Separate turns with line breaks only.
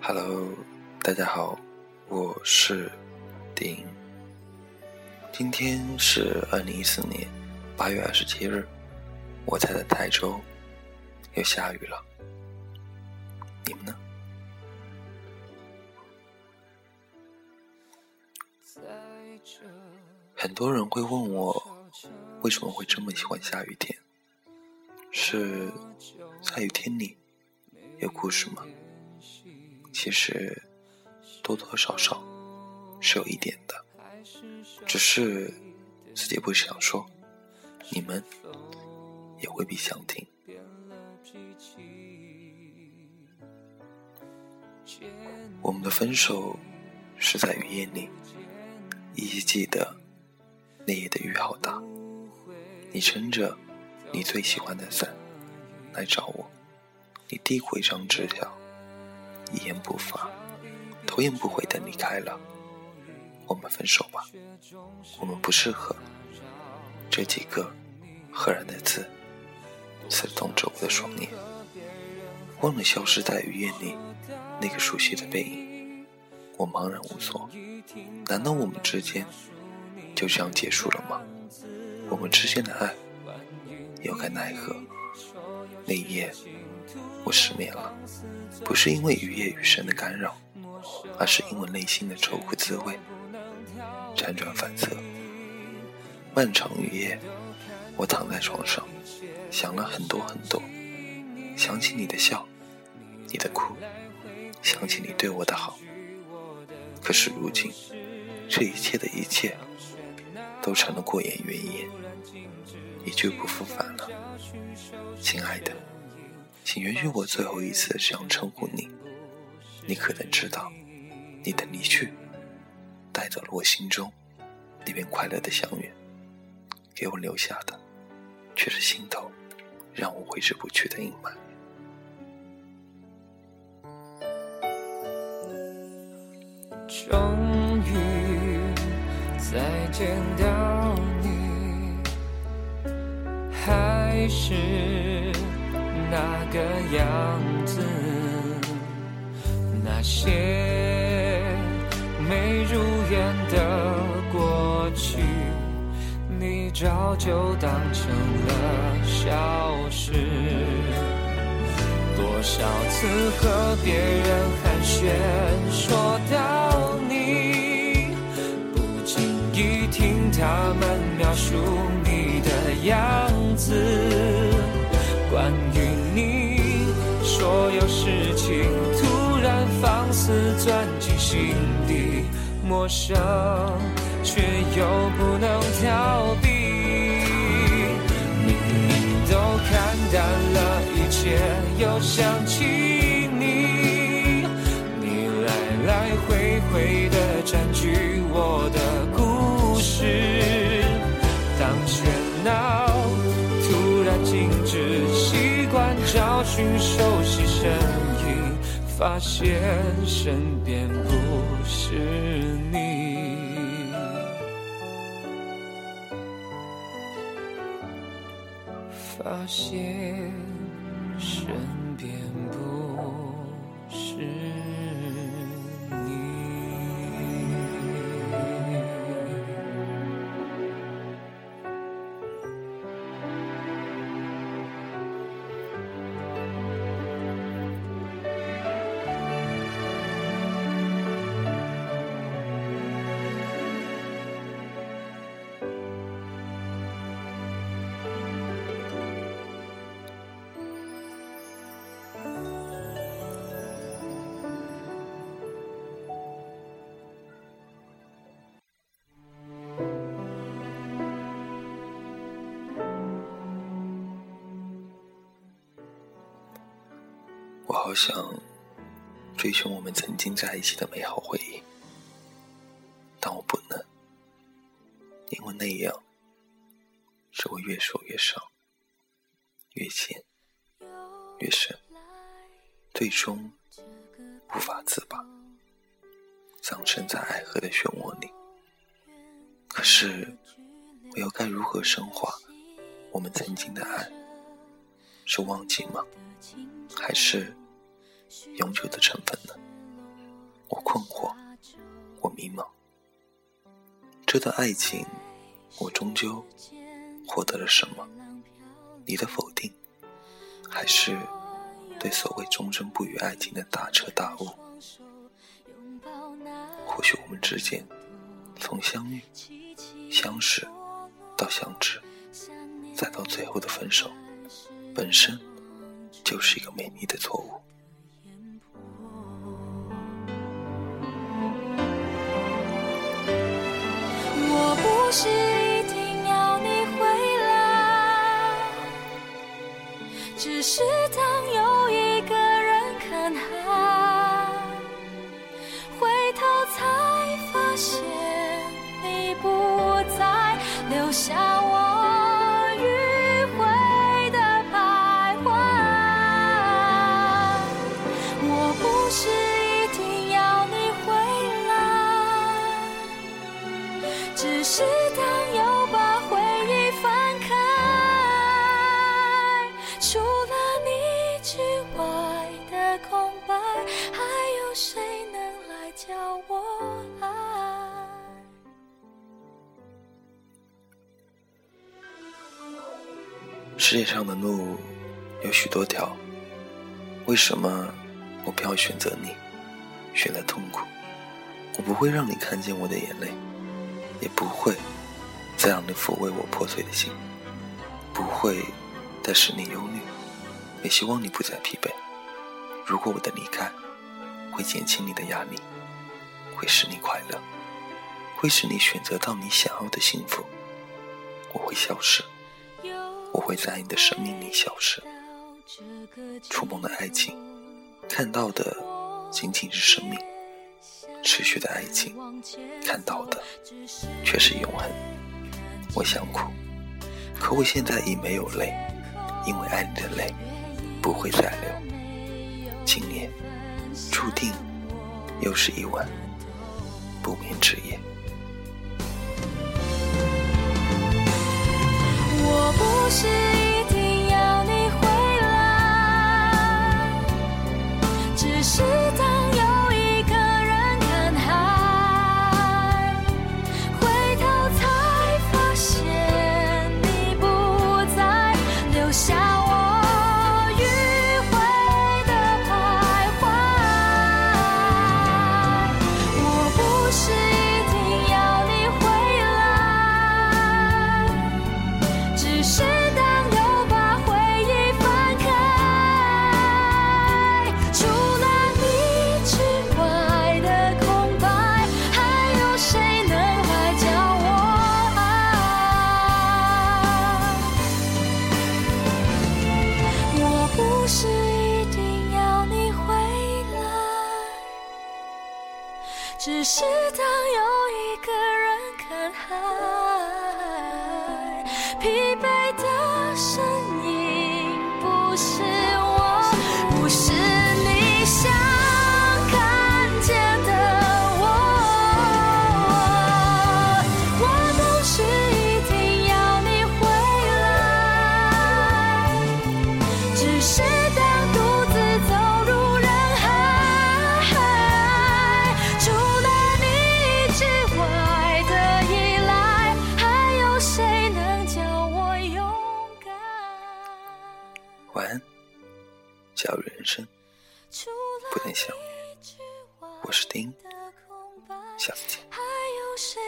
Hello， 大家好，我是丁。今天是2014年8月27日，我在台州，又下雨了。你们呢？很多人会问我，为什么会这么喜欢下雨天？是下雨天里有故事吗？其实多多少少是有一点的，只是自己不想说，你们也未必想听。我们的分手是在雨夜里，依稀记得那夜的雨好大，你撑着你最喜欢的伞来找我，你递过一张纸条，一言不发，头也不回地离开了。我们分手吧，我们不适合。这几个赫然的字刺痛着我的双眼，忘了消失在雨夜里那个熟悉的背影，我茫然无措。难道我们之间就这样结束了吗？我们之间的爱有该奈何。那一夜我失眠了，不是因为雨夜雨声的干扰，而是因为内心的愁苦滋味辗转反侧。漫长雨夜，我躺在床上想了很多很多，想起你的笑，你的哭，想起你对我的好。可是如今这一切的一切都成了过眼云烟，一去不复返了。亲爱的，请允许我最后一次这样称呼你。你可能知道，你的离去带走了我心中那边快乐的祥云，给我留下的却是心头让我挥之不去的阴霾。
终于再见到你，还是那个样子，那些没如愿的过去，你早就当成了小事。多少次和别人寒暄说到你，不经意听他们描述你的样子，关于你所有事情突然放肆钻进心底，陌生却又不能逃避。明明都看淡了一切，又想起你，你来来回回地占据我的故事。当喧闹突然静止，习惯找寻熟悉身影，发现身边不是你。发现身边不是你。
我好想追寻我们曾经在一起的美好回忆，但我不能，因为那样使我越受越伤，越陷越深，最终无法自拔，葬身在爱河的漩涡里。可是我又该如何升华我们曾经的爱？是忘记吗？还是永久的成分呢？ 我困惑，我迷茫。这段爱情，我终究获得了什么？你的否定，还是对所谓忠贞不渝爱情的大彻大悟？或许我们之间从相遇、相识到相知，再到最后的分手，本身就是一个美丽的错误。
我不是一定要你回来，只是当有一个人看海，回头才发现你不在，留下我迂回的徘徊。我不是一定要你回来，只是当又把回忆翻开，除了你之外的空白，还有谁能来教我爱？
世界上的路有许多条，为什么我偏要选择你，选择痛苦？我不会让你看见我的眼泪，也不会再让你抚慰我破碎的心，不会再使你忧虑，也希望你不再疲惫。如果我的离开会减轻你的压力，会使你快乐，会使你选择到你想要的幸福，我会消失，我会在你的生命里消失。触碰的爱情，看到的仅仅是生命；持续的爱情，看到的却是永恒。我想哭，可我现在已没有泪，因为爱你的泪不会再流。今夜注定又是一晚不眠之夜。
我不是一定要你回来，只是当有一个人看海，回头才发现你不在，留下我迂回的徘徊。我不是一定要你回来，只是当又把回忆翻开，除了你之外的空白，还有谁能来教我爱？我不是一定要你回来，只是当有一个人看海，疲惫的身影不是我，不是你想看见的我。我不是一定要你回来，只是当独自走入人海，除了你之外的依赖，还有谁能教我勇敢？
晚安，教育人生，不能想。我是丁，下次见。
还有谁